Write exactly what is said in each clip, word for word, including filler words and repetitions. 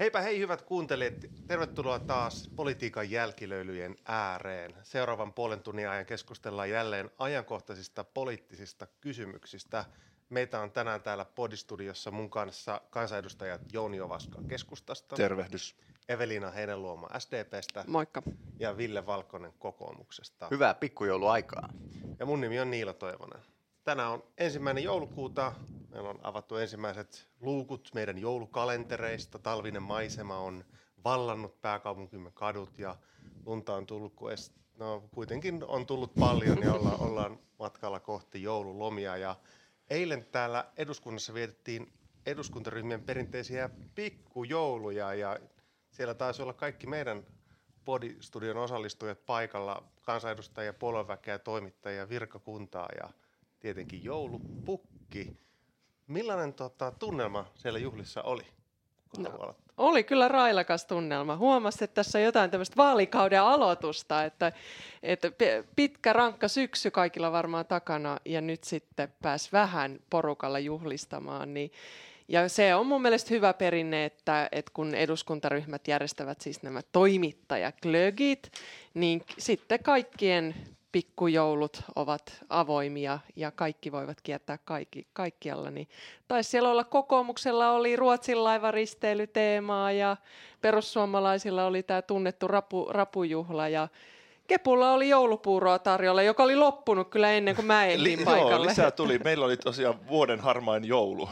Heipä hei hyvät kuuntelijat, tervetuloa taas politiikan jälkilöilyjen ääreen. Seuraavan puolen tunnin ajan keskustellaan jälleen ajankohtaisista poliittisista kysymyksistä. Meitä on tänään täällä Podistudiossa mun kanssa kansanedustajat Jouni Ovaska keskustasta. Tervehdys. Eveliina Heinäluoma S D P:stä. Moikka. Ja Ville Valkonen kokoomuksesta. Hyvää pikkujouluaikaa. Ja mun nimi on Niilo Toivonen. Tänään on ensimmäinen joulukuuta. Meillä on avattu ensimmäiset luukut meidän joulukalentereista. Talvinen maisema on vallannut pääkaupunkimme kadut ja lunta on tullut, kun es, no, kuitenkin on tullut paljon ja olla, ollaan matkalla kohti joululomia. Ja eilen täällä eduskunnassa vietettiin eduskuntaryhmien perinteisiä pikkujouluja ja siellä taisi olla kaikki meidän Podistudion osallistujat paikalla, kansanedustajia, puolueväkeä, toimittajia, virkakuntaa ja tietenkin joulupukki. Millainen tota, tunnelma siellä juhlissa oli? No, oli kyllä railakas tunnelma. Huomasin, että tässä on jotain tämmöistä vaalikauden aloitusta, että, että pitkä rankka syksy kaikilla varmaan takana ja nyt sitten pääsi vähän porukalla juhlistamaan. Niin, ja se on mun mielestä hyvä perinne, että, että kun eduskuntaryhmät järjestävät siis nämä toimittajaglögit, niin sitten kaikkien pikkujoulut ovat avoimia ja kaikki voivat kiertää kaikki, kaikkialla. Niin, taisi siellä olla kokoomuksella oli Ruotsin laivaristeilyteemaa ja perussuomalaisilla oli tämä tunnettu rapu, rapujuhla ja Kepulla oli joulupuuroa tarjolla, joka oli loppunut kyllä ennen kuin mä ehdin paikalle. Joo, lisää tuli. Meillä oli tosiaan vuoden harmain joulu.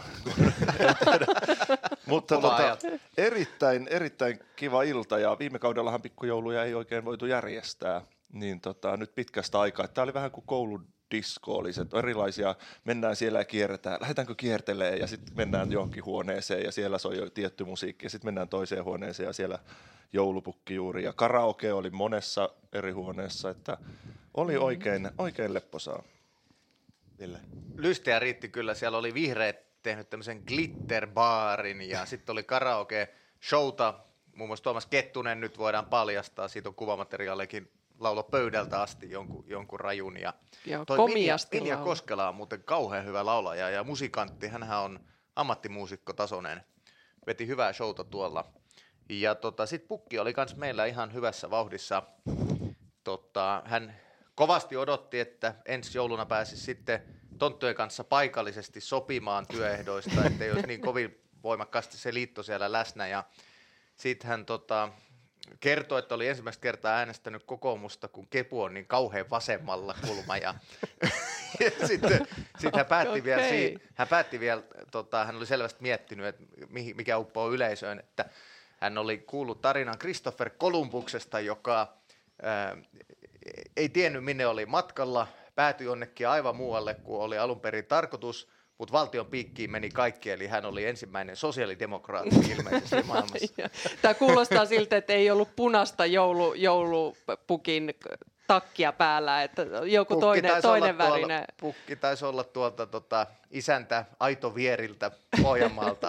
Mutta tota, erittäin, erittäin kiva ilta ja viime kaudellahan pikkujouluja ei oikein voitu järjestää. Niin tota, nyt pitkästä aikaa. Tämä oli vähän kuin kouludisko, oli se erilaisia, mennään siellä ja kierretään, lähdetäänkö kiertelemään ja sitten mennään johonkin huoneeseen ja siellä soi jo tietty musiikki ja sitten mennään toiseen huoneeseen ja siellä joulupukki juuri ja karaoke oli monessa eri huoneessa, että oli oikein, oikein lepposaa. Ville. Lystiä riitti kyllä, siellä oli vihreät tehnyt tämmöisen glitterbaarin ja sitten oli karaoke showta, muun muassa Tuomas Kettunen nyt voidaan paljastaa, siitä on kuvamateriaalikin laulo pöydältä asti jonkun, jonkun rajun. Ja Joo, toi komiasti Minja, Minja Koskela on muuten kauhean hyvä laulaja ja musikantti, hänhän on ammattimuusikkotasoinen, veti hyvää showta tuolla. Ja tota, sitten Pukki oli kans meillä ihan hyvässä vauhdissa. Tota, hän kovasti odotti, että ensi jouluna pääsisi sitten tonttujen kanssa paikallisesti sopimaan työehdoista, ettei olisi niin kovin voimakkaasti se liitto siellä läsnä. Ja sitten hän tota, kertoi, että oli ensimmäistä kertaa äänestänyt kokoomusta, kun Kepu on niin kauhean vasemmalla kulma. Ja, ja sitten sit hän päätti okay. vielä, siitä, hän, päätti vielä tota, hän oli selvästi miettinyt, että mikä uppoo yleisöön, että hän oli kuullut tarinan Christopher Columbuksesta, joka ää, ei tiennyt minne oli matkalla, päätyi jonnekin aivan muualle kuin oli alun perin tarkoitus, mutta valtion piikkiin meni kaikki, eli hän oli ensimmäinen sosiaalidemokraatti ilmeisesti maailmassa. Tämä kuulostaa siltä, että ei ollut punaista joulu, joulupukin takkia päällä, että joku pukki toinen, toinen värinen. Tuolla, pukki taisi olla tuolta tota, isäntä Aitovieriltä Pohjanmaalta.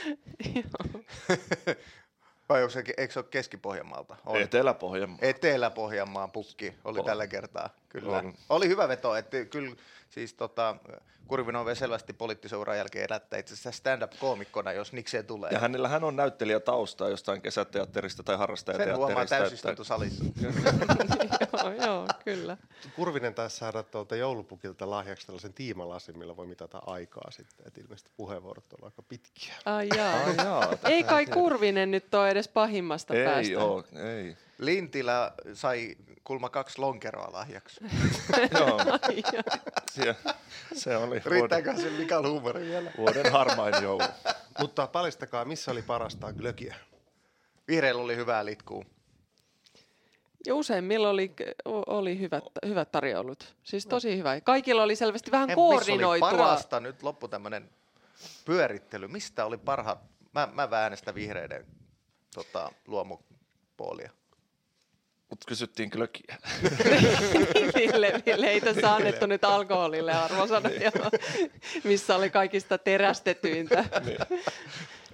Vai onko se, eikö se ole Keski-Pohjanmaalta? Oli. Etelä-Pohjanmaa. Etelä-Pohjanmaan pukki oli on. Tällä kertaa, kyllä. On. Oli hyvä veto, että kyllä siis tota, Kurvinen on vielä selvästi poliittisen uran jälkeen elättää itse asiassa stand-up-koomikkona, jos nikseen tulee. Ja hänellä hän on näyttelijätaustaa jostain kesäteatterista tai harrastajateatterista. Sen huomaa täysistuntosalissa. joo, joo, kyllä. Kurvinen taisi saada tuolta joulupukilta lahjaksi tällaisen tiimalasin, millä voi mitata aikaa sitten, että ilmeisesti puheenvuorot ovat aika pitkiä. Ai jaa. Ai jaa, ei kai Kurvinen nyt ole edes pahimmasta ei päästä. Joo, ei. Lintilä sai kulma kaksi lonkeroa lahjaksi. Joo, se, se oli riittääkö se Mikael huumori vielä? Vuoden harmain joulu. Mutta paljastakaa, missä oli parasta glögiä? Vihreillä oli hyvää litkua. Ja useimmilla oli, oli hyvät, hyvät tarjoulut. Siis tosi hyvä. Kaikilla oli selvästi vähän koordinoitua. Missä oli parasta? Nyt loppu tämmöinen pyörittely. Mistä oli parhaat? Mä, mä väänestän vihreiden tota, luomupuolia. Mutta kysyttiin glögiä. Ville, Ville ei tässä annettu nyt alkoholille arvosanat, missä oli kaikista terästetyintä.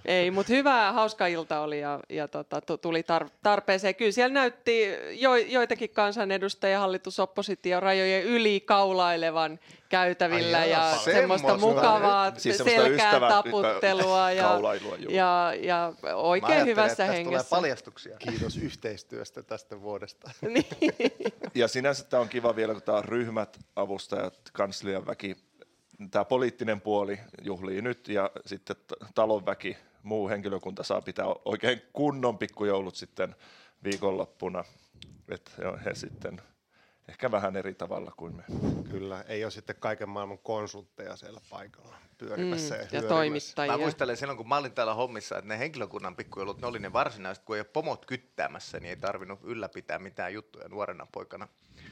Ei, mutta hyvä, hauska ilta oli ja, ja tota, tuli tar- tarpeeseen. Kyllä siellä näytti jo, joitakin kansanedustajia hallitus-opposition rajojen yli kaulailevan käytävillä Ai ja jaa, semmoista semmoista. mukavaa Siis semmoista selkään ystävä- taputtelua ja, kaulailua, juu. ja, ja Mä oikein ajattelin, hyvässä että tästä hengessä. tulee paljastuksia. Kiitos yhteistyöstä tästä vuodesta. Niin. Ja sinänsä tämä on kiva vielä, kun tämä on ryhmät, avustajat, kanslian väki, tämä poliittinen puoli juhlii nyt ja sitten t- talon väki, muu henkilökunta saa pitää oikein kunnon pikkujoulut sitten viikonloppuna. Että he sitten ehkä vähän eri tavalla kuin me. Kyllä, ei ole sitten kaiken maailman konsultteja siellä paikalla pyörimässä Mm, ja, ja hyörimässä. toimittajia. Mä muistelen silloin, kun mä olin täällä hommissa, että ne henkilökunnan pikkujoulut, ne oli ne varsinaiset, kun ei ole pomot kyttäämässä, niin ei tarvinnut ylläpitää mitään juttuja nuorena poikana.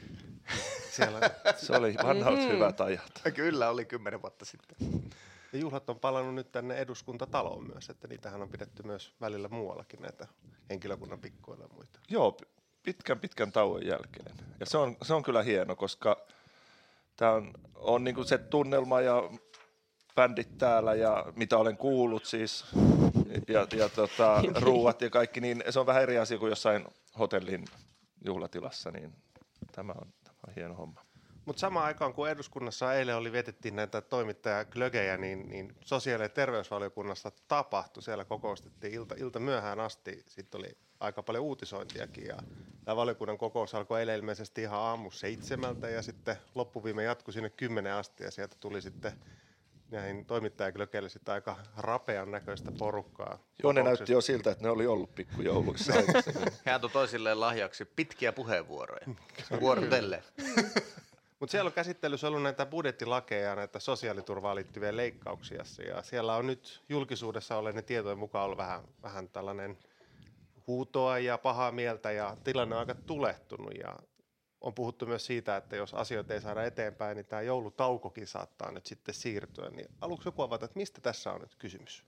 Siellä, Se oli vanhat Mhm. hyvät ajat. Kyllä, oli kymmenen vuotta sitten. ja juhlat on palannut nyt tänne eduskuntataloon myös, että niitähän on pidetty myös välillä muuallakin näitä henkilökunnan pikkuilla ja muita. Joo, p- pitkän pitkän tauon jälkeen. Ja se on, se on kyllä hieno, koska tämä on, on niinku se tunnelma ja bändit täällä ja mitä olen kuullut siis ja, ja tota, ruuat ja kaikki, niin se on vähän eri asia kuin jossain hotellin juhlatilassa, niin tämä on, tämä on hieno homma. Mutta samaan aikaan, kun eduskunnassa eilen oli vietettiin näitä toimittajaglögejä, niin, niin sosiaali- ja terveysvaliokunnassa tapahtui. Siellä kokoustettiin ilta, ilta myöhään asti. Sitten oli aika paljon uutisointiakin. Ja tämä valiokunnan kokous alkoi eilen ilmeisesti ihan aamu seitsemältä ja sitten loppuviime jatkui sinne kymmenen asti. Ja sieltä tuli sitten näihin toimittajaglögeille sitten aika rapean näköistä porukkaa. Joo, ne näytti jo siltä, että ne oli ollut pikkujouluissa aikaisemmin. He antoi toisilleen lahjaksi pitkiä puheenvuoroja. Vuorotelle. Mutta siellä on käsittelyssä ollut näitä budjettilakeja ja näitä sosiaaliturvaan liittyviä leikkauksia. Ja siellä on nyt julkisuudessa olleiden tietojen mukaan ollut vähän, vähän tällainen huutoa ja pahaa mieltä ja tilanne on aika tulehtunut. Ja on puhuttu myös siitä, että jos asioita ei saada eteenpäin, niin tämä joulutaukokin saattaa nyt sitten siirtyä. Niin aluksi joku avata, että mistä tässä on nyt kysymys?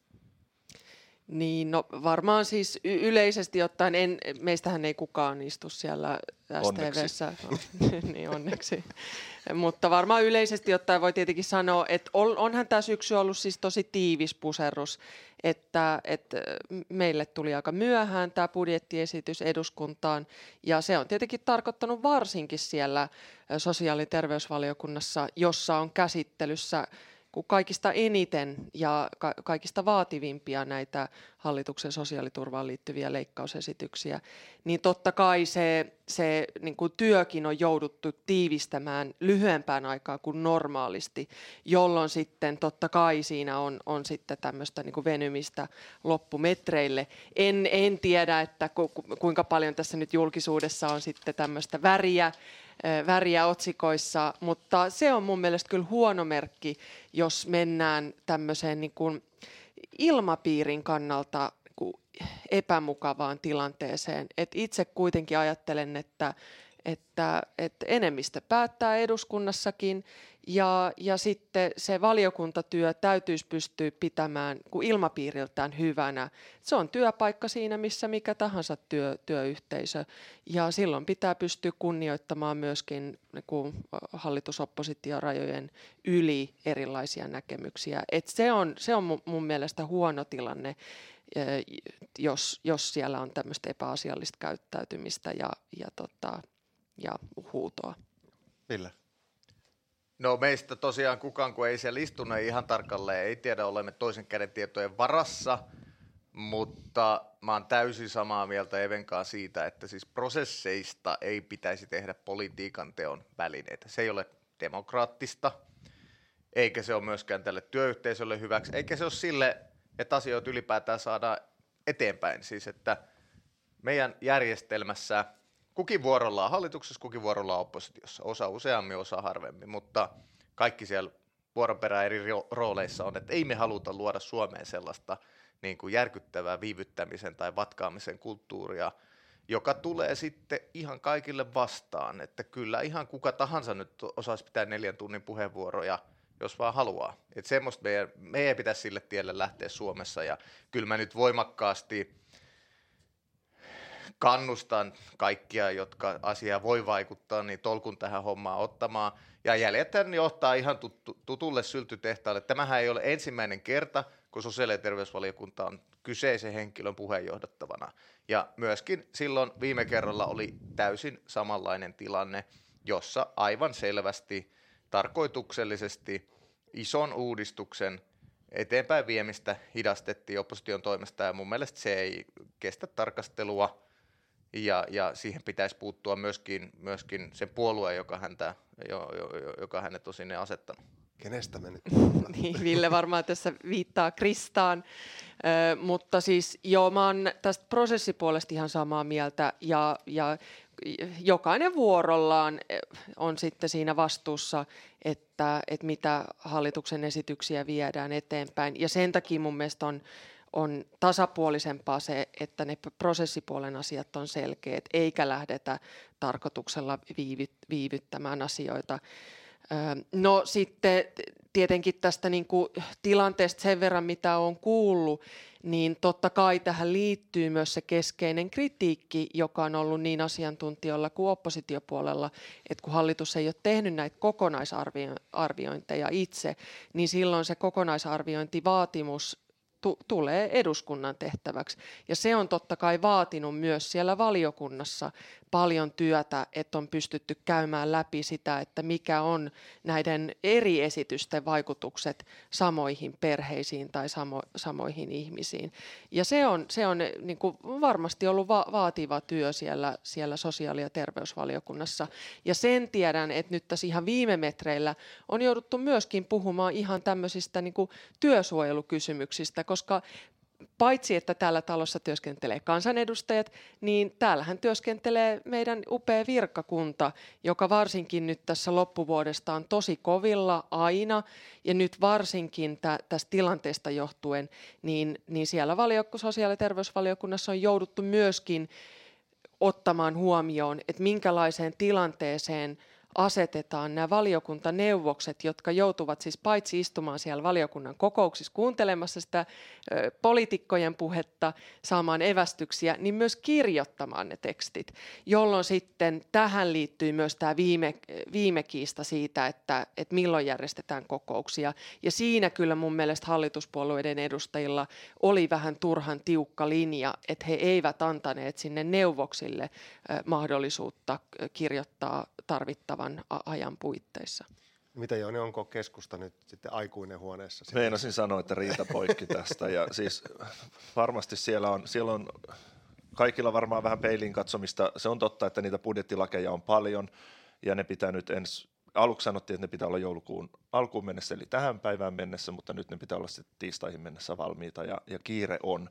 Niin, no varmaan siis y- yleisesti ottaen, en, meistähän ei kukaan istu siellä S T V:ssä, niin onneksi. Mutta varmaan yleisesti ottaen voi tietenkin sanoa, että on, onhan tämä syksy ollut siis tosi tiivis puserrus, että, että meille tuli aika myöhään tämä budjettiesitys eduskuntaan, ja se on tietenkin tarkoittanut varsinkin siellä sosiaali- ja terveysvaliokunnassa, jossa on käsittelyssä kun kaikista eniten ja ka- kaikista vaativimpia näitä hallituksen sosiaaliturvaan liittyviä leikkausesityksiä, niin totta kai se, se niin kuin työkin on jouduttu tiivistämään lyhyempään aikaan kuin normaalisti, jolloin sitten totta kai siinä on, on sitten tämmöistä niin kuin venymistä loppumetreille. En, en tiedä, että ku, kuinka paljon tässä nyt julkisuudessa on sitten tämmöistä väriä, väriä otsikoissa, mutta se on mun mielestä kyllä huono merkki, jos mennään tämmöiseen niin kuin ilmapiirin kannalta epämukavaan tilanteeseen. Et itse kuitenkin ajattelen, että, että, että enemmistö päättää eduskunnassakin ja, ja sitten se valiokuntatyö täytyisi pystyä pitämään ilmapiiriltään hyvänä. Se on työpaikka siinä, missä mikä tahansa työ, työyhteisö ja silloin pitää pystyä kunnioittamaan myöskin niin hallitus-oppositiorajojen yli erilaisia näkemyksiä. Et se on, se on mun mielestä huono tilanne, jos, jos siellä on tämmöistä epäasiallista käyttäytymistä ja, ja, tota, ja huutoa. Ville? No meistä tosiaan kukaan, kun ei siellä istunut, ei ihan tarkalleen, ei tiedä, olemme toisen käden tietojen varassa, mutta mä oon täysin samaa mieltä Evenkaan siitä, että siis prosesseista ei pitäisi tehdä politiikan teon välineitä. Se ei ole demokraattista, eikä se ole myöskään tälle työyhteisölle hyväksi, eikä se ole sille, että asioita ylipäätään saadaan eteenpäin. Siis että meidän järjestelmässä kukin vuorollaan hallituksessa, kukin vuorollaan oppositiossa. Osa useammin, osa harvemmin, mutta kaikki siellä vuoron perään eri rooleissa on, että ei me haluta luoda Suomeen sellaista niin kuin järkyttävää viivyttämisen tai vatkaamisen kulttuuria, joka tulee sitten ihan kaikille vastaan. Että kyllä ihan kuka tahansa nyt osaisi pitää neljän tunnin puheenvuoroja, jos vaan haluaa. Että semmoista meidän, meidän pitäisi sille tielle lähteä Suomessa ja kyllä mä nyt voimakkaasti kannustan kaikkia, jotka asiaa voi vaikuttaa, niin tolkun tähän hommaan ottamaan. Ja jäljethän johtaa ihan tuttu, tutulle syltytehtaalle. Tämähän ei ole ensimmäinen kerta, kun sosiaali- ja terveysvaliokunta on kyseisen henkilön puheenjohdattavana. Ja myöskin silloin viime kerralla oli täysin samanlainen tilanne, jossa aivan selvästi tarkoituksellisesti ison uudistuksen eteenpäin viemistä hidastettiin opposition toimesta, ja mun mielestä se ei kestä tarkastelua, ja, ja siihen pitäisi puuttua myöskin, myöskin sen puolueen, joka, häntä, jo, jo, joka hänet on sinne asettanut. Kenestä me nyt? Niin, Ville varmaan tässä viittaa Kristaan, Ö, mutta siis joo, mä oon tästä prosessipuolesta ihan samaa mieltä, ja, ja jokainen vuorollaan on sitten siinä vastuussa, että, että mitä hallituksen esityksiä viedään eteenpäin, ja sen takia mun mielestä on, on tasapuolisempaa se, että ne prosessipuolen asiat on selkeät, eikä lähdetä tarkoituksella viivy, viivyttämään asioita. No sitten tietenkin tästä niin kuin tilanteesta sen verran, mitä olen kuullut, niin totta kai tähän liittyy myös se keskeinen kritiikki, joka on ollut niin asiantuntijoilla kuin oppositiopuolella, että kun hallitus ei ole tehnyt näitä kokonaisarviointeja itse, niin silloin se kokonaisarviointivaatimus tulee eduskunnan tehtäväksi. Ja se on totta kai vaatinut myös siellä valiokunnassa paljon työtä, että on pystytty käymään läpi sitä, että mikä on näiden eri esitysten vaikutukset samoihin perheisiin tai samo, samoihin ihmisiin. Ja se on, se on niin kuin varmasti ollut va- vaativa työ siellä, siellä sosiaali- ja terveysvaliokunnassa. Ja sen tiedän, että nyt tässä ihan viime metreillä on jouduttu myöskin puhumaan ihan tämmöisistä niin kuin työsuojelukysymyksistä, koska paitsi, että täällä talossa työskentelee kansanedustajat, niin täällähän työskentelee meidän upea virkakunta, joka varsinkin nyt tässä loppuvuodesta on tosi kovilla aina, ja nyt varsinkin tä, tästä tilanteesta johtuen, niin, niin siellä valio- sosiaali- ja terveysvaliokunnassa on jouduttu myöskin ottamaan huomioon, että minkälaiseen tilanteeseen asetetaan nämä valiokuntaneuvokset, jotka joutuvat siis paitsi istumaan siellä valiokunnan kokouksissa kuuntelemassa sitä ö, poliitikkojen puhetta, saamaan evästyksiä, niin myös kirjoittamaan ne tekstit, jolloin sitten tähän liittyy myös tämä viime, viime kiista siitä, että, että milloin järjestetään kokouksia. Ja siinä kyllä mun mielestä hallituspuolueiden edustajilla oli vähän turhan tiukka linja, että he eivät antaneet sinne neuvoksille ö, mahdollisuutta kirjoittaa tarvittavan ajan puitteissa. Mitä Jouni, onko keskusta nyt sitten aikuinen huoneessa? Meinasin sanoa, että riita poikki tästä. Ja siis varmasti siellä on, siellä on kaikilla varmaan vähän peiliin katsomista. Se on totta, että niitä budjettilakeja on paljon ja ne pitää nyt ensi, aluksi sanottiin, että ne pitää olla joulukuun alkuun mennessä, eli tähän päivään mennessä, mutta nyt ne pitää olla sitten tiistaihin mennessä valmiita ja, ja kiire on.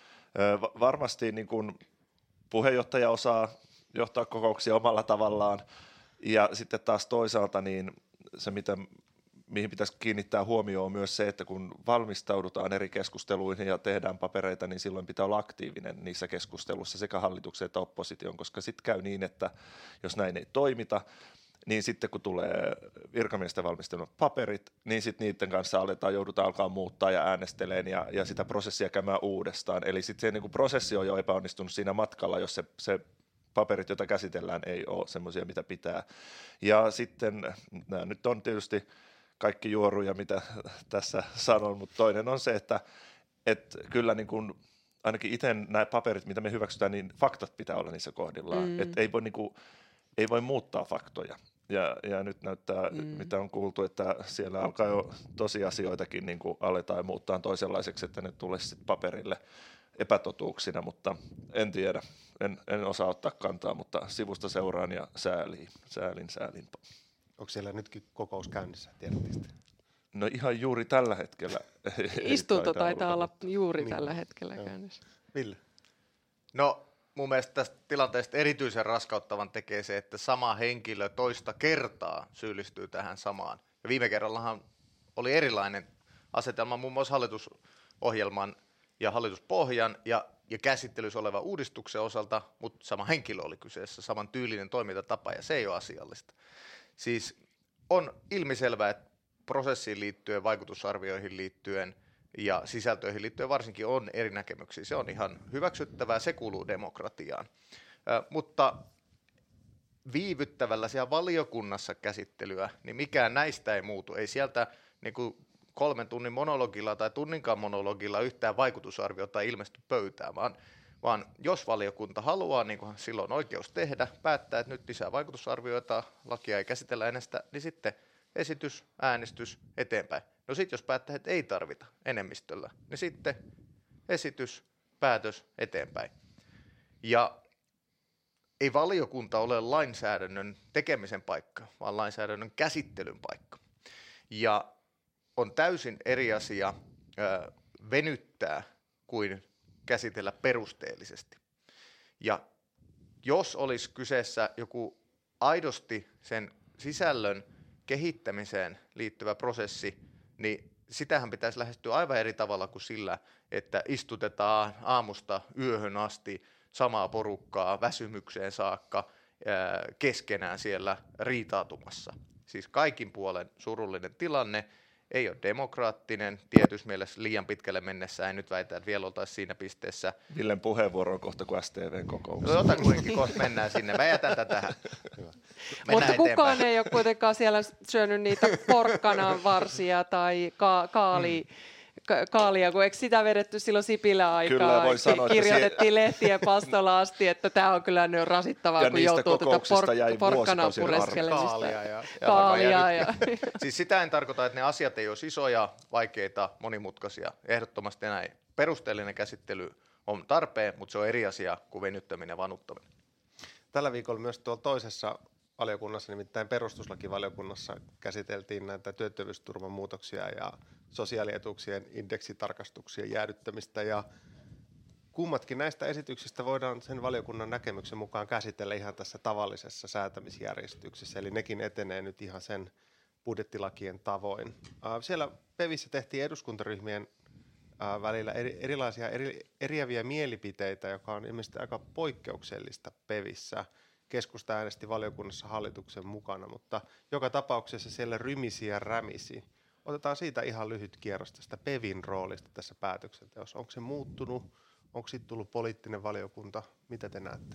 Ö, varmasti niin kun puheenjohtaja osaa johtaa kokouksia omalla tavallaan. Ja sitten taas toisaalta niin se, mitä, mihin pitäisi kiinnittää huomioon, on myös se, että kun valmistaudutaan eri keskusteluihin ja tehdään papereita, niin silloin pitää olla aktiivinen niissä keskusteluissa sekä hallituksen että opposition, koska sitten käy niin, että jos näin ei toimita, niin sitten kun tulee virkamiesten valmistelemat paperit, niin sitten niiden kanssa aletaan, joudutaan alkaa muuttaa ja äänesteleen ja, ja sitä prosessia käymään uudestaan. Eli sitten se niin kuin prosessi on jo epäonnistunut siinä matkalla, jos se, se paperit, joita käsitellään, ei ole semmoisia, mitä pitää. Ja sitten nämä nyt on tietysti kaikki juoruja, mitä tässä sanon, mutta toinen on se, että, että kyllä niin kuin, ainakin itse nämä paperit, mitä me hyväksytään, niin faktat pitää olla niissä kohdillaan. Mm. Että ei voi, niin kuin, ei voi muuttaa faktoja. Ja, ja nyt näyttää, mm. mitä on kuultu, että siellä alkaa jo tosiasioitakin niin kuin aletaan muuttaa toisenlaiseksi, että ne tulee sitten paperille epätotuuksina, mutta en tiedä, en, en osaa ottaa kantaa, mutta sivusta seuraan ja säälin, säälin, säälin. Onko siellä nytkin kokous käynnissä, tiedätte sitä? No ihan juuri tällä hetkellä. Istunto taitaa olla juuri niin. tällä hetkellä Joo. käynnissä. Ville? No mun mielestä tästä tilanteesta erityisen raskauttavan tekee se, että sama henkilö toista kertaa syyllistyy tähän samaan. Ja viime kerrallahan oli erilainen asetelma muun muassa hallitusohjelman ja hallituspohjan ja, ja käsittelyssä olevan uudistuksen osalta, mutta sama henkilö oli kyseessä, saman tyylinen toimintatapa, ja se ei ole asiallista. Siis on ilmiselvää, että prosessiin liittyen, vaikutusarvioihin liittyen ja sisältöihin liittyen varsinkin on eri näkemyksiä. Se on ihan hyväksyttävää, se kuuluu demokratiaan. Äh, mutta viivyttävällä siellä valiokunnassa käsittelyä, niin mikään näistä ei muutu. Ei sieltä niin kuin kolmen tunnin monologilla tai tunninkaan monologilla yhtään vaikutusarviota ilmesty pöytään, vaan, vaan jos valiokunta haluaa, niin kuin silloin on oikeus tehdä, päättää, että nyt lisää vaikutusarvioita, lakia ei käsitellä enää sitä, niin sitten esitys, äänestys, eteenpäin. No sitten jos päättää, että ei tarvita enemmistöllä, niin sitten esitys, päätös, eteenpäin. Ja ei valiokunta ole lainsäädännön tekemisen paikka, vaan lainsäädännön käsittelyn paikka. Ja on täysin eri asia ö, venyttää kuin käsitellä perusteellisesti. Ja jos olisi kyseessä joku aidosti sen sisällön kehittämiseen liittyvä prosessi, niin sitähän pitäisi lähestyä aivan eri tavalla kuin sillä, että istutetaan aamusta yöhön asti samaa porukkaa väsymykseen saakka keskenään siellä riitautumassa. Siis kaikin puolen surullinen tilanne, ei ole demokraattinen, tietysti mielessä liian pitkälle mennessä, en nyt väitä, että vielä oltaisiin siinä pisteessä. Villen puheenvuoro on kohta kuin S T V-kokouksessa. No, jotakuinkin kohta mennään sinne, mä jätän tätä tähän. Mutta kukaan ei ole kuitenkaan siellä syönyt niitä porkkanan varsia tai ka- kaali. Mm. Kaalia, kun eikö sitä vedetty silloin Sipilän aikaa? Kyllä, voi sanoa, kirjoitettiin sie... lehtien pastolla asti, että tämä on kyllä nyt rasittavaa, ja kun joutuu tätä por- porkkanaa pureskelemista. Kaalia. Ja, Kaalia ja, ja. Siis sitä en tarkoita, että ne asiat ei ole isoja, vaikeita, monimutkaisia. Ehdottomasti näin. Perusteellinen käsittely on tarpeen, mutta se on eri asia kuin venyttäminen ja vanuttaminen. Tällä viikolla myös tuolla toisessa valiokunnassa, nimittäin perustuslakivaliokunnassa, käsiteltiin näitä työttömyysturvan muutoksia ja sosiaalietuuksien indeksitarkastuksien jäädyttämistä, ja kummatkin näistä esityksistä voidaan sen valiokunnan näkemyksen mukaan käsitellä ihan tässä tavallisessa säätämisjärjestyksessä, eli nekin etenee nyt ihan sen budjettilakien tavoin. Siellä PeVissä tehtiin eduskuntaryhmien välillä erilaisia eri, eriäviä mielipiteitä, joka on ilmeisesti aika poikkeuksellista PeVissä. Keskusta äänesti valiokunnassa hallituksen mukana, mutta joka tapauksessa siellä rymisi ja rämisi. Otetaan siitä ihan lyhyt kierros tästä PeVin roolista tässä päätöksenteossa. Onko se muuttunut? Onko siitä tullut poliittinen valiokunta? Mitä te näette?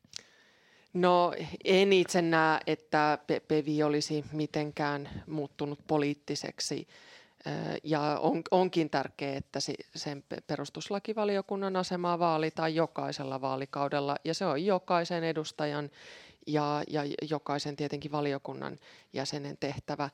No en itse näe, että PeVi olisi mitenkään muuttunut poliittiseksi. Ja on, onkin tärkeää, että sen perustuslakivaliokunnan asemaa vaalitaan jokaisella vaalikaudella, ja se on jokaisen edustajan ja, ja jokaisen tietenkin valiokunnan jäsenen tehtävä.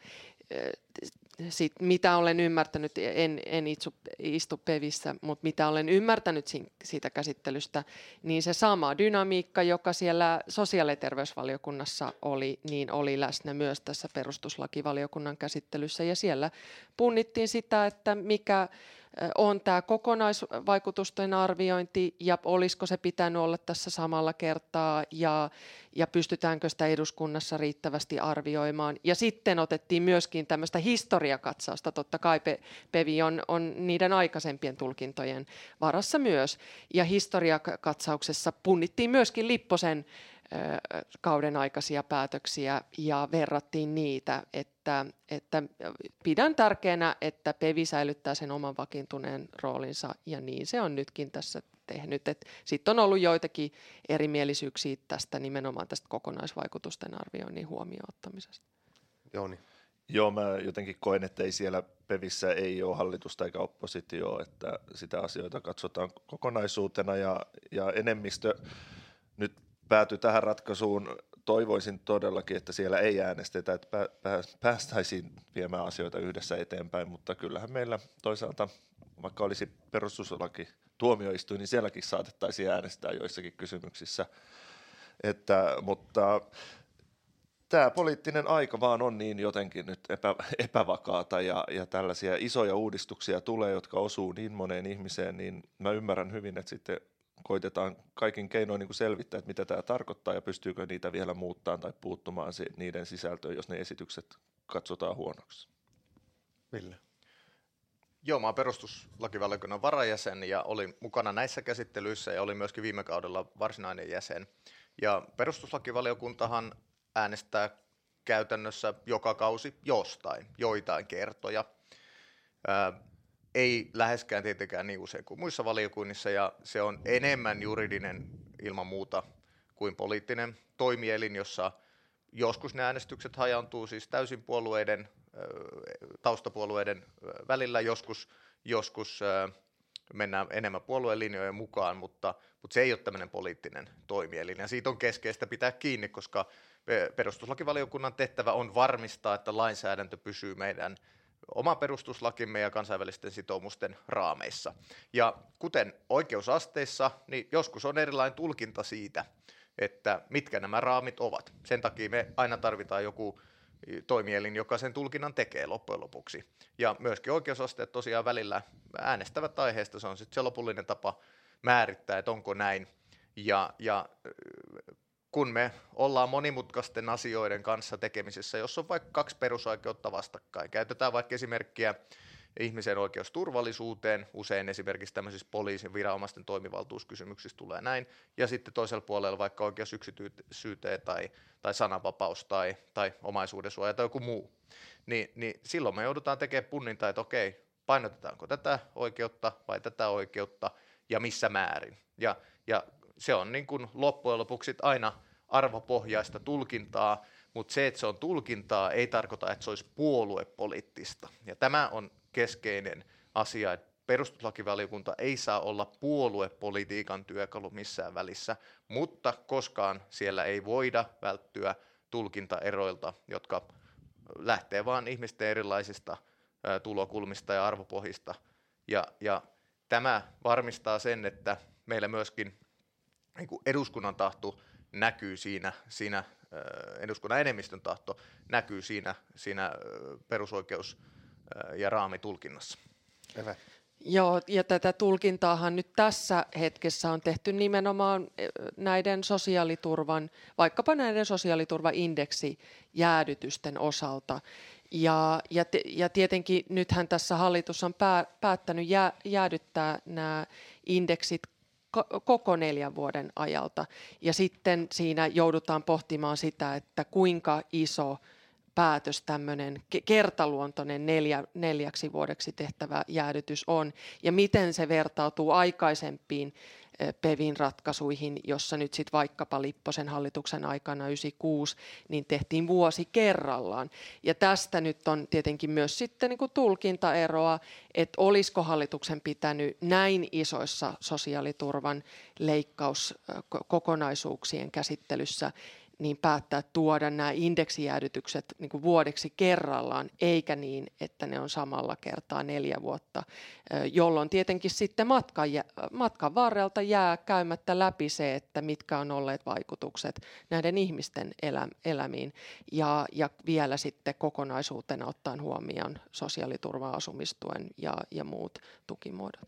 Sit, mitä olen ymmärtänyt, en, en itsu, istu PeVissä, mutta mitä olen ymmärtänyt siitä käsittelystä, niin se sama dynamiikka, joka siellä sosiaali- ja terveysvaliokunnassa oli, niin oli läsnä myös tässä perustuslakivaliokunnan käsittelyssä. Ja siellä punnittiin sitä, että mikä on tämä kokonaisvaikutusten arviointi ja olisiko se pitänyt olla tässä samalla kertaa ja, ja pystytäänkö sitä eduskunnassa riittävästi arvioimaan. Ja sitten otettiin myöskin tämmöistä historiakatsausta, totta kai PeVi on, on niiden aikaisempien tulkintojen varassa myös. Ja historiakatsauksessa punnittiin myöskin Lipposen kauden aikaisia päätöksiä ja verrattiin niitä, että, että pidän tärkeänä, että PeVi säilyttää sen oman vakiintuneen roolinsa, ja niin se on nytkin tässä tehnyt. Sitten on ollut joitakin erimielisyyksiä tästä nimenomaan tästä kokonaisvaikutusten arvioinnin huomioon ottamisesta. Jouni. Joo, mä jotenkin koen, että ei siellä PeVissä ei ole hallitusta eikä oppositioa, että sitä asioita katsotaan kokonaisuutena, ja, ja enemmistö nyt päätyi tähän ratkaisuun. Toivoisin todellakin, että siellä ei äänestetä, että päästäisiin viemään asioita yhdessä eteenpäin, mutta kyllähän meillä toisaalta, vaikka olisi perustuslaki tuomioistuin, niin sielläkin saatettaisiin äänestää joissakin kysymyksissä. Että, mutta tämä poliittinen aika vaan on niin jotenkin nyt epä, epävakaata ja, ja tällaisia isoja uudistuksia tulee, jotka osuu niin moneen ihmiseen, niin mä ymmärrän hyvin, että sitten koitetaan kaikin keinoin niin kuin selvittää, että mitä tämä tarkoittaa ja pystyykö niitä vielä muuttamaan tai puuttumaan niiden sisältöön, jos ne esitykset katsotaan huonoksi. Ville. Joo, mä oon perustuslakivaliokunnan varajäsen ja olin mukana näissä käsittelyissä ja olin myöskin viime kaudella varsinainen jäsen. Ja perustuslakivaliokuntahan äänestää käytännössä joka kausi jostain, joitain kertoja. Ää, Ei läheskään tietenkään niin usein kuin muissa valiokunnissa, ja se on enemmän juridinen ilman muuta kuin poliittinen toimielin, jossa joskus ne äänestykset hajaantuu siis täysin puolueiden, taustapuolueiden välillä, joskus, joskus mennään enemmän puolueen linjojen mukaan, mutta, mutta se ei ole tämmöinen poliittinen toimielin. Ja siitä on keskeistä pitää kiinni, koska perustuslakivaliokunnan tehtävä on varmistaa, että lainsäädäntö pysyy meidän oma perustuslakimme ja kansainvälisten sitoumusten raameissa. Ja kuten oikeusasteissa, niin joskus on erilainen tulkinta siitä, että mitkä nämä raamit ovat. Sen takia me aina tarvitaan joku toimielin, joka sen tulkinnan tekee loppujen lopuksi. Ja myöskin oikeusasteet tosiaan välillä äänestävät aiheesta, se on sitten se lopullinen tapa määrittää, että onko näin. Ja, ja kun me ollaan monimutkaisten asioiden kanssa tekemisissä, jos on vaikka kaksi perusoikeutta vastakkain, käytetään vaikka esimerkkiä ihmisen oikeus turvallisuuteen, usein esimerkiksi tämmöisissä poliisin viranomaisten toimivaltuuskysymyksissä tulee näin, ja sitten toisella puolella vaikka oikeus yksityisyyteen tai, tai sananvapaus tai, tai omaisuuden suoja tai joku muu, Ni, niin silloin me joudutaan tekemään punnintaa, että okei, painotetaanko tätä oikeutta vai tätä oikeutta ja missä määrin, ja, ja se on niin kuin loppujen lopuksi aina arvopohjaista tulkintaa, mutta se, että se on tulkintaa, ei tarkoita, että se olisi puoluepoliittista. Ja tämä on keskeinen asia, että perustuslakivaliokunta ei saa olla puoluepolitiikan työkalu missään välissä, mutta koskaan siellä ei voida välttyä tulkintaeroilta, jotka lähtee vaan ihmisten erilaisista tulokulmista ja arvopohjista. Ja, ja tämä varmistaa sen, että meillä myöskin niin kuin eduskunnan tahto näkyy siinä, siinä eduskunnan enemmistön tahto näkyy siinä, siinä perusoikeus- ja raamitulkinnassa. Hyvä. Joo, ja tätä tulkintaahan nyt tässä hetkessä on tehty nimenomaan näiden sosiaaliturvan, vaikkapa näiden sosiaaliturvaindeksijäädytysten osalta. Ja, ja, ja tietenkin nythän tässä hallitus on pää, päättänyt jää, jäädyttää nämä indeksit koko neljän vuoden ajalta. Ja sitten siinä joudutaan pohtimaan sitä, että kuinka iso päätös tämmöinen kertaluontoinen neljä, neljäksi vuodeksi tehtävä jäädytys on, ja miten se vertautuu aikaisempiin PeVin ratkaisuihin, jossa nyt sitten vaikkapa Lipposen hallituksen aikana yhdeksänkymmentäkuusi, niin tehtiin vuosi kerrallaan. Ja tästä nyt on tietenkin myös sitten niin kuin tulkintaeroa, että olisiko hallituksen pitänyt näin isoissa sosiaaliturvan leikkauskokonaisuuksien käsittelyssä niin päättää tuoda nämä indeksijäädytykset niin kuin vuodeksi kerrallaan, eikä niin, että ne on samalla kertaa neljä vuotta, jolloin tietenkin sitten matkan, matkan varrelta jää käymättä läpi se, että mitkä on olleet vaikutukset näiden ihmisten elä, elämiin, ja, ja vielä sitten kokonaisuutena ottaen huomioon sosiaaliturva, asumistuen ja, ja muut tukimuodot.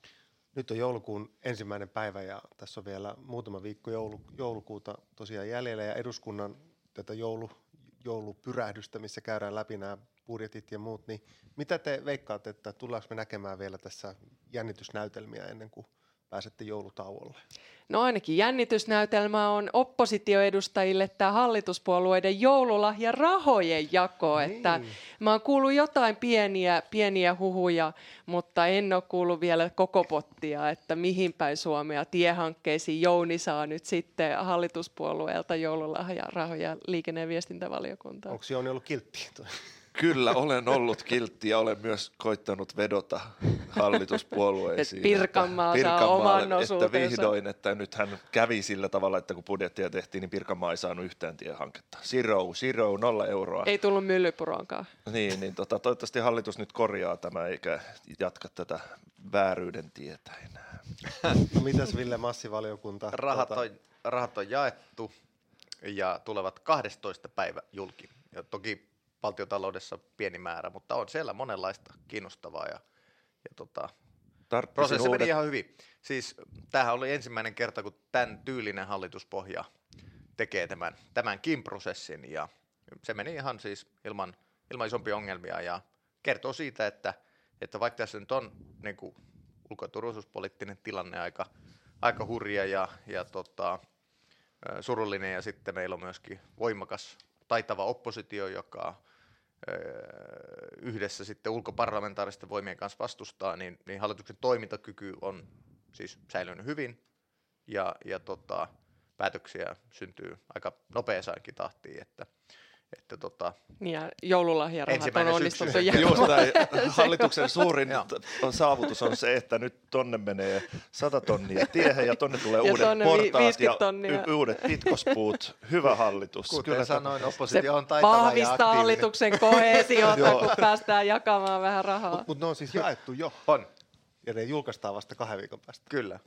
Nyt on joulukuun ensimmäinen päivä ja tässä on vielä muutama viikko joulu, joulukuuta tosiaan jäljellä ja eduskunnan tätä joulu, joulupyrähdystä, missä käydään läpi nämä budjetit ja muut, niin mitä te veikkaatte, että tullaanko me näkemään vielä tässä jännitysnäytelmiä ennen kuin pääsette joulutauolle? No ainakin jännitysnäytelmä on oppositioedustajille tämä hallituspuolueiden joululahja rahojen jako, niin. Että mä oon kuullut jotain pieniä, pieniä huhuja, mutta en ole kuullut vielä koko pottia, että mihin päin Suomea tiehankkeisiin Jouni saa nyt sitten hallituspuolueelta joululahjarahoja liikenne- ja viestintävaliokuntaan. Onko Jouni ollut kiltti? Kyllä, olen ollut kiltti ja olen myös koittanut vedota hallituspuolueisiin. Pirkanmaa saa oman osuutensa. Että vihdoin, että nyt hän kävi sillä tavalla, että kun budjettia tehtiin, niin Pirkanmaa ei saanut yhtään tiehanketta. Zero, zero, nolla euroa. Ei tullut Myllypuroonkaan. Niin, niin tota, toivottavasti hallitus nyt korjaa tämä eikä jatka tätä vääryyden tietä enää. No mitäs Ville Massivaliokunta? Rahat on, rahat on jaettu ja tulevat kahdestoista päivä julki. Ja toki valtiotaloudessa pieni määrä, mutta on siellä monenlaista kiinnostavaa ja, ja tota, prosessi meni ihan hyvin. Siis tämähän oli ensimmäinen kerta, kun tämän tyylinen hallituspohja tekee tämän, tämänkin prosessin ja se meni ihan siis ilman, ilman isompia ongelmia ja kertoo siitä, että, että vaikka tässä nyt on niin kuin ulko- ja turvallisuuspoliittinen tilanne aika, aika hurja ja, ja tota, surullinen ja sitten meillä on myöskin voimakas taitava oppositio, joka yhdessä sitten ulkoparlamentaaristen voimien kanssa vastustaa, niin, niin hallituksen toimintakyky on siis säilynyt hyvin ja, ja tota, päätöksiä syntyy aika nopeasaankin tahtiin, että Että tota, ja joululahjarahat on ensimmäinen onnistuttu syksy. jakamaan. Just näin. Hallituksen suurin Joo. t- saavutus on se, että nyt tonne menee sata tonnia tiehen ja tonne tulee Ja uudet tonne vi- portaat ja viisikymmentä tonnia. y- uudet pitkospuut. Hyvä hallitus. kuten Kyllä sanoin, Se oppositio on taitava ja vahvistaa aktiivinen. hallituksen koheesiota, Joo. kun päästään jakamaan vähän rahaa. Mutta mut ne on siis jaettu jo. On, Ja ne julkaistaan vasta kahden viikon päästä. kyllä.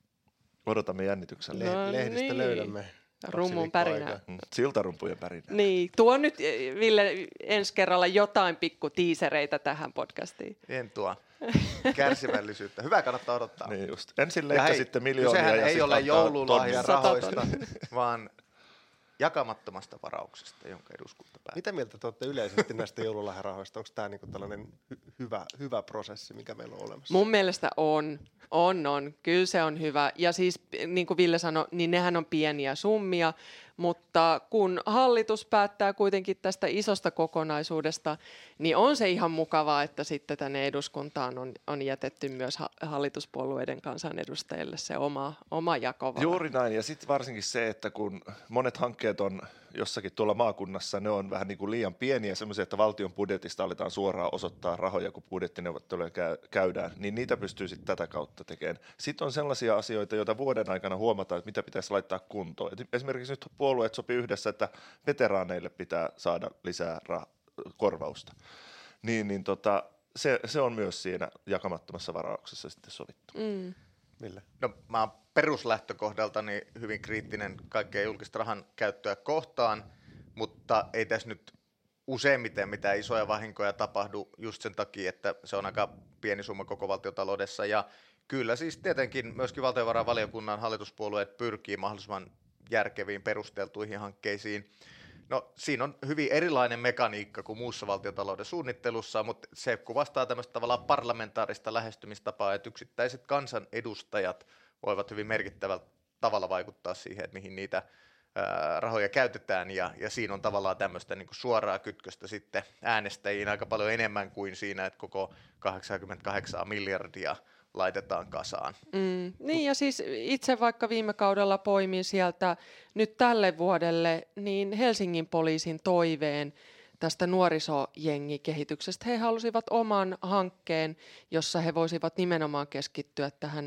Odotamme jännityksellä. Le- No lehdistä niin. löydämme. kaksi Rummun viikkoa pärinää. aikaa. Mm, Siltarumpujen pärinä. Niin, tuo nyt eh, Ville ensi kerralla jotain pikku tiisereitä tähän podcastiin. En tuo kärsivällisyyttä. Hyvä kannattaa odottaa. Niin just. Ensin Ja leikkasitte hei, miljoonia kysehän ja ei sit ole antaa joululahjarahoista, tonnin. vaan jakamattomasta varauksesta, jonka eduskunta päättää. Mitä mieltä te olette yleisesti näistä joululahjarahoista? Onko tämä niinku tällainen hy- hyvä, hyvä prosessi, mikä meillä on olemassa? Mun mielestä on, on, on. Kyllä se on hyvä. Ja siis niin kuin Ville sanoi, niin nehän on pieniä summia, mutta kun hallitus päättää kuitenkin tästä isosta kokonaisuudesta, niin on se ihan mukavaa, että sitten tänne eduskuntaan on, on jätetty myös ha- hallituspuolueiden kansanedustajille se oma, oma jakovara. Juuri näin, ja sitten varsinkin se, että kun monet hankkeet on jossakin tuolla maakunnassa, ne on vähän niin kuin liian pieniä, semmoisia, että valtion budjetista aletaan suoraan osoittaa rahoja, kun budjettineuvotteluja käy- käydään, niin niitä pystyy sitten tätä kautta tekemään. Sitten on sellaisia asioita, joita vuoden aikana huomataan, että mitä pitäisi laittaa kuntoon. Et esimerkiksi nyt puolueet sopii yhdessä, että veteraaneille pitää saada lisää rah- korvausta. Niin, niin tota, se, se on myös siinä jakamattomassa varauksessa sitten sovittu. Mm. Millä? No, mä oon peruslähtökohdaltani hyvin kriittinen kaikkea julkista rahan käyttöä kohtaan, mutta ei tässä nyt useimmiten mitään isoja vahinkoja tapahdu just sen takia, että se on aika pieni summa koko valtiotaloudessa. Ja kyllä siis tietenkin myöskin valtiovarainvaliokunnan hallituspuolueet pyrkii mahdollisimman järkeviin perusteltuihin hankkeisiin. No, siinä on hyvin erilainen mekaniikka kuin muussa valtiotalouden suunnittelussa, mutta se kuvastaa tämmöistä tavallaan parlamentaarista lähestymistapaa, että yksittäiset kansanedustajat voivat hyvin merkittävällä tavalla vaikuttaa siihen, että mihin niitä ää, rahoja käytetään, ja, ja siinä on tavallaan tämmöistä niin kuin suoraa kytköstä sitten äänestäjiin aika paljon enemmän kuin siinä, että koko kahdeksankymmentäkahdeksan miljardia laitetaan kasaan. Mm, niin ja siis itse vaikka viime kaudella poimin sieltä nyt tälle vuodelle niin Helsingin poliisin toiveen tästä nuorisojengikehityksestä. He halusivat oman hankkeen, jossa he voisivat nimenomaan keskittyä tähän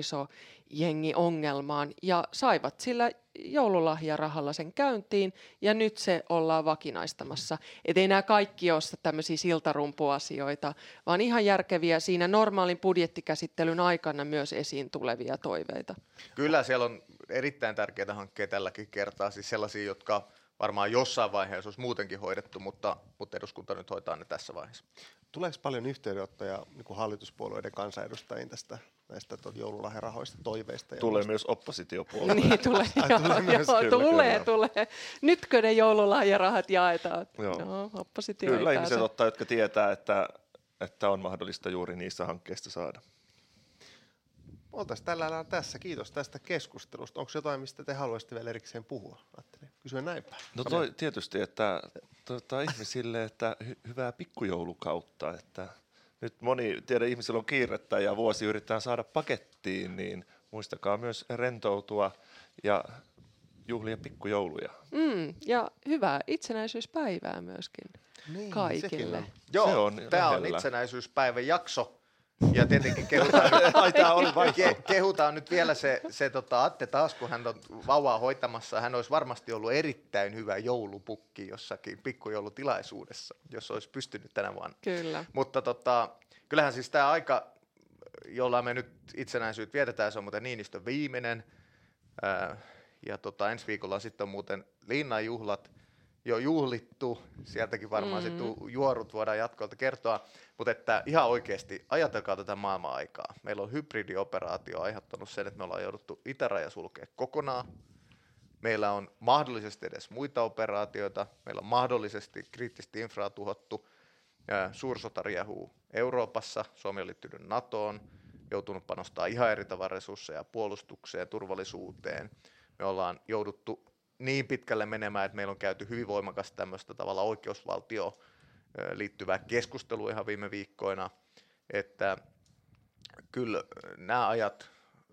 nuorisojengiongelmaan ja saivat sillä joululahjarahalla sen käyntiin ja nyt se ollaan vakinaistamassa. Et ei nämä kaikki ole tämmöisiä siltarumpuasioita, vaan ihan järkeviä siinä normaalin budjettikäsittelyn aikana myös esiin tulevia toiveita. Kyllä siellä on erittäin tärkeitä hankkeita tälläkin kertaa, siis sellaisia, jotka varmaan jossain vaiheessa olisi muutenkin hoidettu, mutta, mutta eduskunta nyt hoitaa ne tässä vaiheessa. Tuleeko paljon yhteydenottoja niin kuin hallituspuolueiden kansanedustajiin tästä näistä joululahjarahoista, toiveista? Ja Tulee muista? myös oppositiopuolue. Niin tulee, Ai, joo, tulee myös, joo, kyllä, tulee, kyllä. tulee. Nytkö ne joululahjarahat jaetaan? Joo. No, oppositio Kyllä ei ihmiset pääse. ottaa, jotka tietää, että, että on mahdollista juuri niissä hankkeista saada. Oltaisiin tällä lailla tässä. Kiitos tästä keskustelusta. Onko jotain, mistä te haluaisitte vielä erikseen puhua? Ajattelin kysyä näin päin. No toi, tietysti, että tota, ihmisille, että hy- hyvää pikkujoulukautta, että nyt moni, tiedä ihmisillä on kiirettä ja vuosi yritetään saada pakettiin, niin muistakaa myös rentoutua ja juhlia pikkujouluja. Mm, ja hyvää itsenäisyyspäivää myöskin Niin, kaikille. sekin on. Joo, Se on tämä on lähellä. itsenäisyyspäivän jakso. Ja tietenkin kehutaan, nyt, Ai, tää oli ke, kehutaan nyt vielä se, se tota Atte taas, kun hän on vauvaa hoitamassa. Hän olisi varmasti ollut erittäin hyvä joulupukki jossakin pikkujoulutilaisuudessa, jos olisi pystynyt tänä vuonna. Kyllä. Mutta tota, kyllähän siis tämä aika, jolla me nyt itsenäisyyttä vietetään, se on muuten Niinistön viimeinen. Ää, ja tota, ensi viikolla sitten on muuten linnanjuhlat jo juhlittu. Sieltäkin varmaan Mm-hmm. sitten juorut voidaan jatkolta kertoa. Mutta että ihan oikeasti ajatelkaa tätä maailman-aikaa. Meillä on hybridioperaatio aiheuttanut sen, että me ollaan jouduttu itäraja sulkea kokonaan. Meillä on mahdollisesti edes muita operaatioita. Meillä on mahdollisesti kriittisesti infraa tuhottu. Suursota riehuu Euroopassa. Suomi on liittynyt NATOon, joutunut panostaa ihan eri tavalla resursseja puolustukseen, turvallisuuteen. Me ollaan jouduttu niin pitkälle menemään, että meillä on käyty hyvin voimakas tämmöistä tavalla oikeusvaltioon liittyvää keskustelua ihan viime viikkoina, että kyllä nämä ajat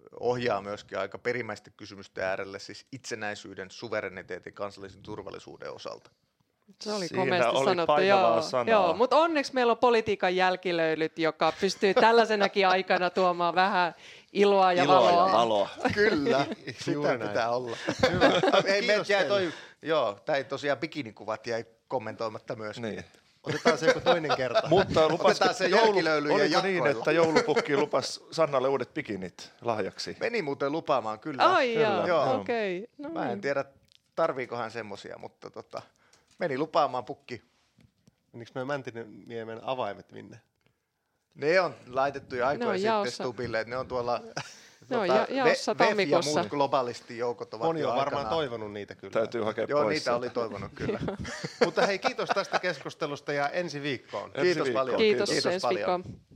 ohjaa myöskin aika perimmäisten kysymysten äärelle, siis itsenäisyyden, suvereniteetin, kansallisen turvallisuuden osalta. Se oli Siinä komeasti oli sanottu, painavaa joo, sanaa. joo. Mutta onneksi meillä on politiikan jälkilöylyt, joka pystyy tällaisenakin aikana tuomaan vähän iloa ja Iloa valoa. ja valoa. Kyllä, Juuri sitä näin. pitää olla. Ei, Kiitos me jäi teille. toi, joo, tää ei tosiaan bikinikuvat jäi kommentoimatta myöskin. Niin. Otetaan se joku toinen kerta. Mutta Otetaan lupasiko se joulu, jälkilöyly ja oliko niin, jatkoilla. että joulupukki lupas Sannalle uudet bikinit lahjaksi? Meni muuten lupaamaan, kyllä. Ai Kyllä, jaa, joo. okei. Okay. No Mä en niin. tiedä, tarviikohan semmosia, mutta tota, meni lupaamaan pukki. Menikö me Mäntyniemen avaimet minne? Ne on laitettu jo Ne aikoja on sitten jaossa. Stubille, että ne on tuolla Ne on tota, ja- jaossa Ve- Vef ja tammikuussa. muut globaalisti joukot ovat Moni jo on varmaan aikanaan. toivonut niitä kyllä. Täytyy hakea Joo, pois niitä sieltä. oli toivonut kyllä. Mutta hei, kiitos tästä keskustelusta ja ensi viikkoon. Ensi Kiitos viikkoon. paljon. Kiitos, Kiitos ensi paljon. viikkoon.